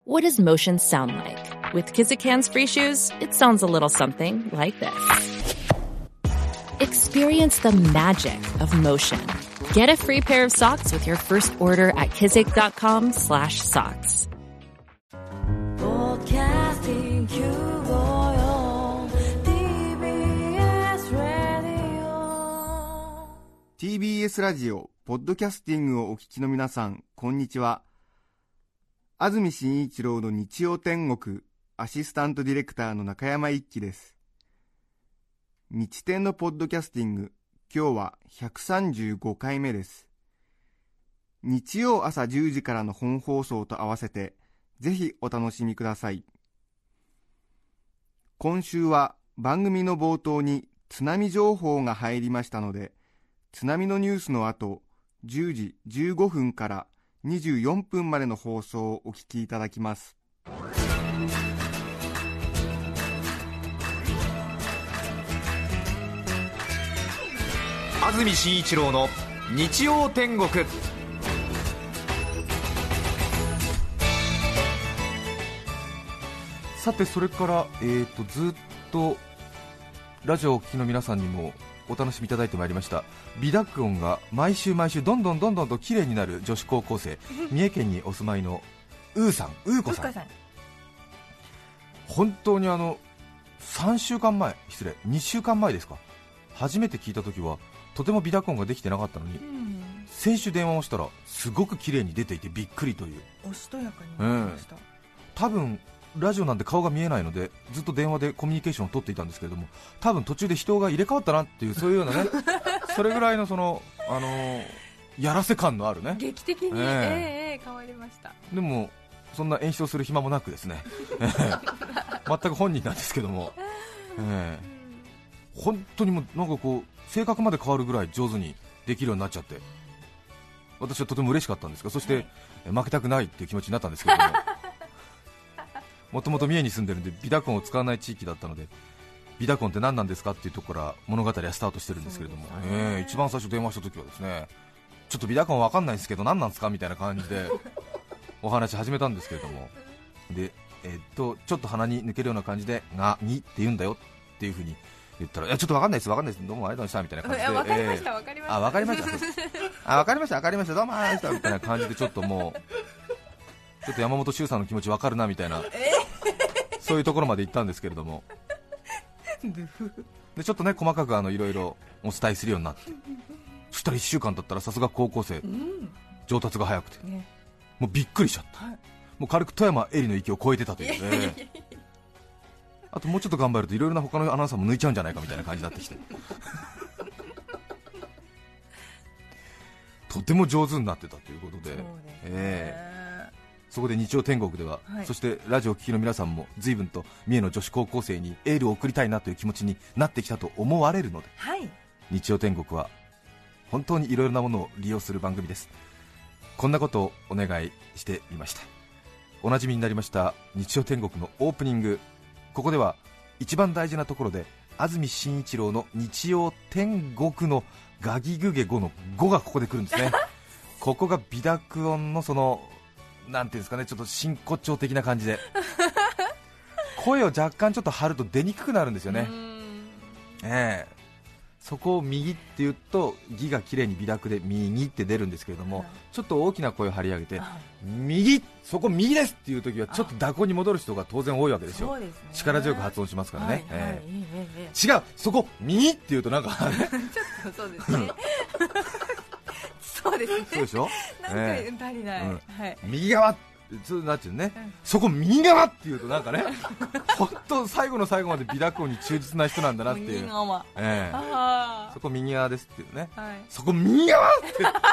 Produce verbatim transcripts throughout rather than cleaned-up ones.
What does motion sound like? With Kizikans free shoes, it sounds a little something like this. Experience the magic of motion. Get a free pair of socks with your first order at kizik.com slash socks. ティービーエス ラジオポッドキャスティングをお聞きの皆さん、こんにちは。安住紳一郎の日曜天国アシスタントディレクターの中山一輝です。日天のポッドキャスティング、今日はひゃくさんじゅうごかいめです。日曜朝じゅうじからの本放送と合わせてぜひお楽しみください。今週は番組の冒頭に津波情報が入りましたので、津波のニュースの後、じゅうじじゅうごふんからにじゅうよんぷんまでの放送をお聞きいただきます。 安住紳一郎の日曜天国。 さて、それから、えー、とずっとラジオをお聞きの皆さんにもお楽しみいただいてまいりました美濁音が毎週毎週どんどんどんどんと綺麗になる女子高校生、三重県にお住まいのうーさん、うーこさん、本当にあのさんしゅうかんまえ、失礼にしゅうかんまえですか、初めて聞いた時はとても美濁音ができてなかったのに、うん、先週電話をしたらすごく綺麗に出ていてびっくりという、 おしとやかになりました、 うん、多分ラジオなんで顔が見えないのでずっと電話でコミュニケーションを取っていたんですけれども、多分途中で人が入れ替わったなっていう、そういうようなねそれぐらいのその、あのー、やらせ感のあるね、 劇的に、えーえー、変わりました。 でもそんな演出をする暇もなくですね全く本人なんですけども、えー、本当にもうなんかこう性格まで変わるぐらい上手にできるようになっちゃって、私はとても嬉しかったんですが、そして、はい、負けたくないっていう気持ちになったんですけれどももともと三重に住んでるんで美濁音を使わない地域だったので、美濁音って何なんですかっていうところから物語はスタートしてるんですけれども、えー、一番最初電話した時はですね、ちょっと美濁音わかんないんですけど何なんですかみたいな感じでお話始めたんですけれども、で、えー、っとちょっと鼻に抜けるような感じでがにって言うんだよっていう風に言ったら、いやちょっとわかんないですわかんないですどうもありがとうございましたみたいな感じで、 わかりましたわかりました、 あわかりましたあわかりましたわかりましたどうもありがとうございましたみたいな感じで、ちょっともうちょっと山本周さんの気持ちわかるなみたいな、そういうところまで行ったんですけれどもでちょっとね細かくあのいろいろお伝えするようになって、そしたらいっしゅうかん経ったらさすが高校生、うん、上達が早くて、ね、もうびっくりしちゃった、はい、もう軽く富山えりの域を超えてたというねあともうちょっと頑張るといろいろな他のアナウンサーも抜いちゃうんじゃないかみたいな感じになってきてとても上手になってたということで、そうですね、えーそこで日曜天国では、はい、そしてラジオを聴きの皆さんも随分と三重の女子高校生にエールを送りたいなという気持ちになってきたと思われるので、はい、日曜天国は本当にいろいろなものを利用する番組です。こんなことをお願いしてみました。おなじみになりました日曜天国のオープニング、ここでは一番大事なところで安住紳一郎の日曜天国のガギグゲ語の語がここで来るんですねここが美濁音のそのなんていうんですかね、ちょっと真骨頂的な感じで声を若干ちょっと張ると出にくくなるんですよね。ええ、そこを右って言うと義が綺麗に美濁で右って出るんですけれども、ちょっと大きな声を張り上げて右、そこ右ですっていう時はちょっと蛇行に戻る人が当然多いわけですよ。ですね、力強く発音しますからね、はいはい、えー、違う、そこ右って言うとなんかちょっとそうですねそうですね、 そうでしょなんか足りない、うんはい、 右側ってそうなっちゃうね、うん、そこ右側っていうとなんかね本当最後の最後まで美濁音に忠実な人なんだなっていう、えー、そこ右側ですっていうね、はい、そこ右側って、えー、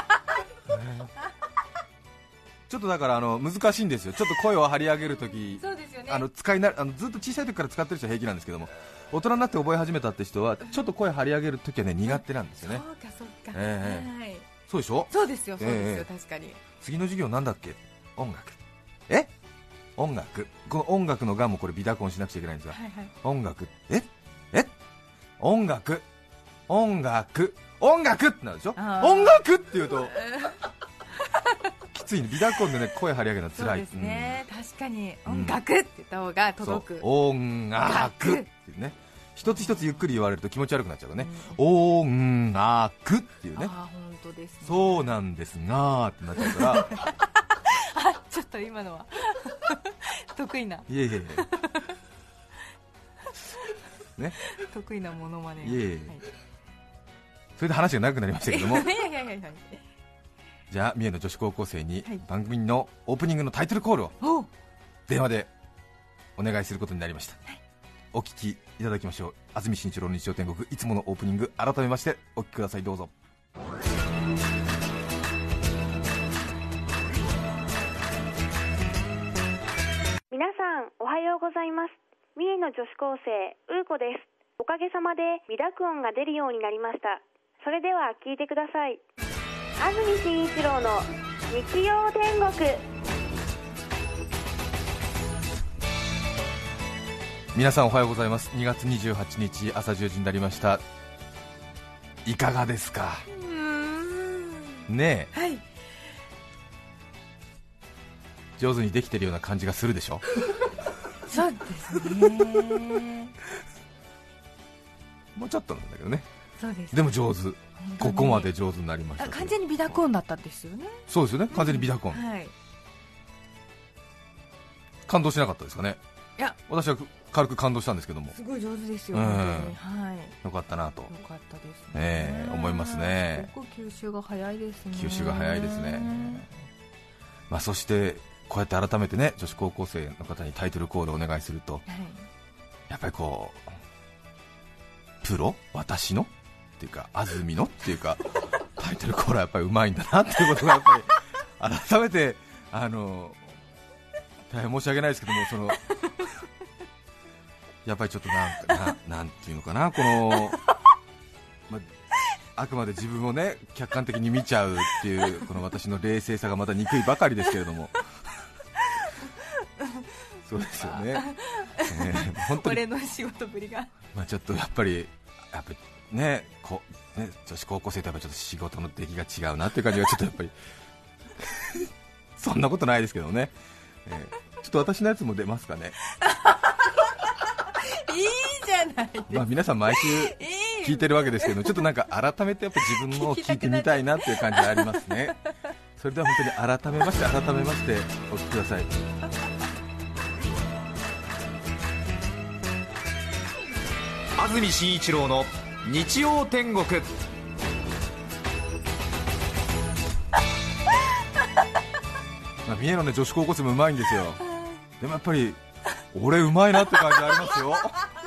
ちょっとだからあの難しいんですよ、ちょっと声を張り上げるとき、 そうですよね、 あの使いなあのずっと小さい時から使ってる人は平気なんですけども、大人になって覚え始めたって人はちょっと声張り上げるときはね苦手なんですよね。 そうかそうか、 えーはい、 そうでしょ、 そうですよそうですよ、えー、確かに。 次の授業なんだっけ、音楽、え音楽、この音楽のがもこれ美濁音しなくちゃいけないんですが、はいはい、音楽、ええ音楽音楽音楽ってなるでしょ、音楽って言うときつついにビダコンでね声張り上げるのは辛い。 そうですね、うん、確かにうん音楽って言った方が届く、 音楽っていうね、一つ一つゆっくり言われると気持ち悪くなっちゃうからね、 うん、 音楽っていうね、 あ本当ですね、 そうなんですがーってなっちゃうからあちょっと今のは得意ないえいえいえね、 得意なものまね、 いえいえ、 はい、 それで話が長くなりましたけどもいやいやいやいやいや、 じゃあ三重の女子高校生にはい番組のオープニングのタイトルコールをお電話でお願いすることになりました、はい、お聞きいただきましょう。安住紳一郎の日曜天国、いつものオープニング改めましてお聞きください。どうぞ。 皆さんおはようございます。三重の女子高生うーこです。おかげさまで未濁音が出るようになりました。それでは聞いてください。安住紳一郎の日曜天国。 皆さんおはようございます。にがつにじゅうはちにち朝じゅうじになりました。いかがですか。 うーんねえ、 はい、 上手にできてるような感じがするでしょそうですねもうちょっとなんだけどね。 そうです、 でも上手、ここまで上手になりました。 あ完全に美濁音だったんですよね。 そうですよね、完全に美濁音、 はい、 感動しなかったですかね。 いや私は軽く感動したんですけども、 すごい上手ですよ、 うん、 本当に、はい、 よかったなと、 よかったですね、 えー、思いますね。 すごく吸収が早いですね。 吸収が早いですね。まあ、そしてこうやって改めてね女子高校生の方にタイトルコールをお願いすると、 はい、 やっぱりこうプロ私のっていうか安住のっていうかタイトルコールはやっぱりうまいんだなっていうことがやっぱり改めてあの大変申し訳ないですけども、そのやっぱりちょっとなんか な, なんていうのかな、この、まあくまで自分をね客観的に見ちゃうっていうこの私の冷静さがまた憎いばかりですけれどもそうですよね、えー、本当に俺の仕事ぶりが、 まあ、ちょっとやっぱりやっぱりね、こね女子高校生とやっぱちょっと仕事の出来が違うなっていう感じがちょっとやっぱりそんなことないですけどね、えー、ちょっと私のやつも出ますかねいいじゃないですか、 まあ、皆さん毎週聞いてるわけですけど、ちょっとなんか改めてやっぱ自分のを聞いてみたいなっていう感じがありますね。それでは本当に改めまして改めましてお聞きください。 安住紳一郎の日曜天国。 まあ、三重の、ね、女子高校生もうまいんですよ。でもやっぱり俺うまいなって感じありますよ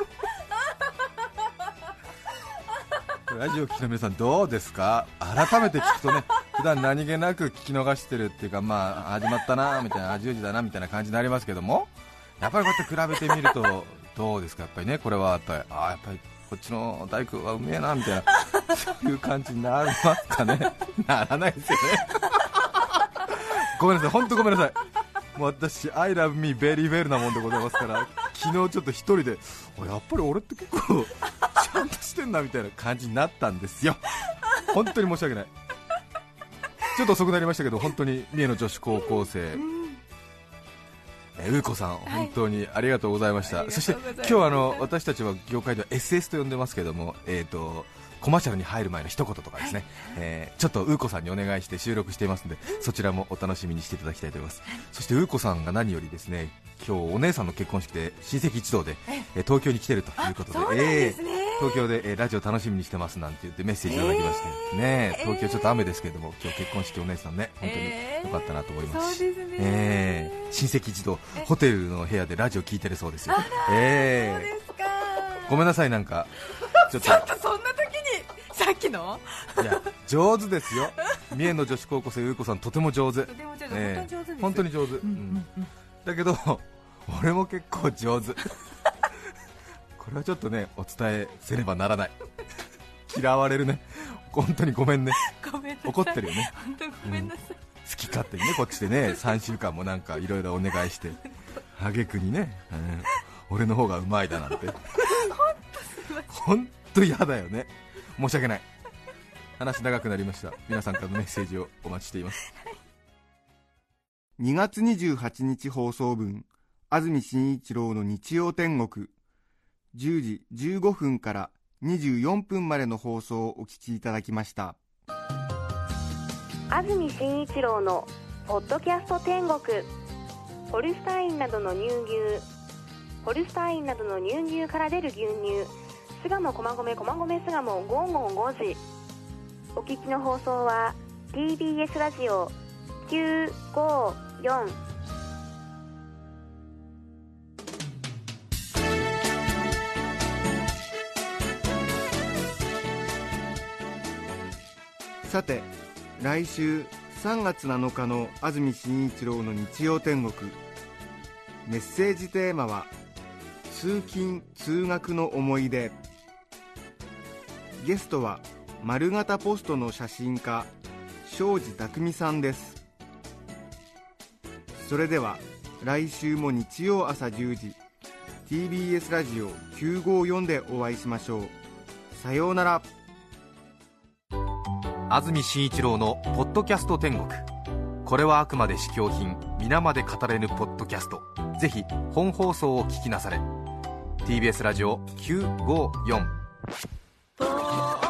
ラジオ聴きの皆さんどうですか。改めて聞くとね、普段何気なく聞き逃してるっていうか、まあ始まったなみたいな、じゅうじだなみたいな感じになりますけども、やっぱりこうやって比べてみるとどうですか。やっぱりね、これはやっぱりあやっぱりこっちの大工はうめえなみたいなそういう感じになりますかね。ならないですよねごめんなさい、本当ごめんなさい。もう私 I love me very well なもんでございますから、昨日ちょっと一人でやっぱり俺って結構ちゃんとしてんなみたいな感じになったんですよ。本当に申し訳ない。ちょっと遅くなりましたけど、本当に三重の女子高校生、うーこさん、本当にありがとうございました、はい、そして今日あの私たちは業界では エスエス と呼んでますけども、えーとコマーシャルに入る前の一言とかですね、はい、えー、ちょっとうーこさんにお願いして収録していますので、そちらもお楽しみにしていただきたいと思います。そしてうーこさんが何よりですね、今日お姉さんの結婚式で親戚一同で、えー、東京に来てるということで、 そうなんですね、 えー、東京で、えー、ラジオ楽しみにしてますなんて言ってメッセージいただきまして、えーね、東京ちょっと雨ですけれども、今日結婚式お姉さんね、本当に良かったなと思いますし、 そうですね、 えー、親戚一同ホテルの部屋でラジオ聞いてるそうですよ。えー、 そうですか。 ごめんなさい、なんかちょっとちょっとそんな時にさっきのいや上手ですよ。三重の女子高校生うーこさんとても上手、 とても上手、 えー、 本当に上手です。 本当に上手、 うんうんうん、 だけど俺も結構上手これはちょっとねお伝えせねばならない嫌われるね、本当にごめんね。 ごめんなさい、 怒ってるよね。 本当ごめんなさい、うん、 好き勝手にねこっちでねさんしゅうかんもなんかいろいろお願いして挙句にね、うん、俺の方がうまいだなんて本当嫌だよね。申し訳ない。話長くなりました。皆さんからのメッセージをお待ちしています。 にがつにじゅうはちにち放送分、安住紳一郎の日曜天国、じゅうじじゅうごふんからにじゅうよんぷんまでの放送をお聞きいただきました。 安住紳一郎のポッドキャスト天国。ホルスタインなどの乳牛ホルスタインなどの乳牛から出る牛乳、巣鴨駒込駒込巣鴨ごーごーごじ。お聞きの放送は ティービーエス ラジオきゅうごよん。 さて、来週さんがつなのかの安住紳一郎の日曜天国、メッセージテーマは通勤通学の思い出。ゲストは丸型ポストの写真家庄司匠さんです。それでは来週も日曜朝じゅうじ ティービーエス ラジオきゅうごよんでお会いしましょう。さようなら。 安住紳一郎のポッドキャスト天国。これはあくまで試供品、皆まで語れぬポッドキャスト。ぜひ本放送を聞きなされ。 ティービーエス ラジオきゅうごよん。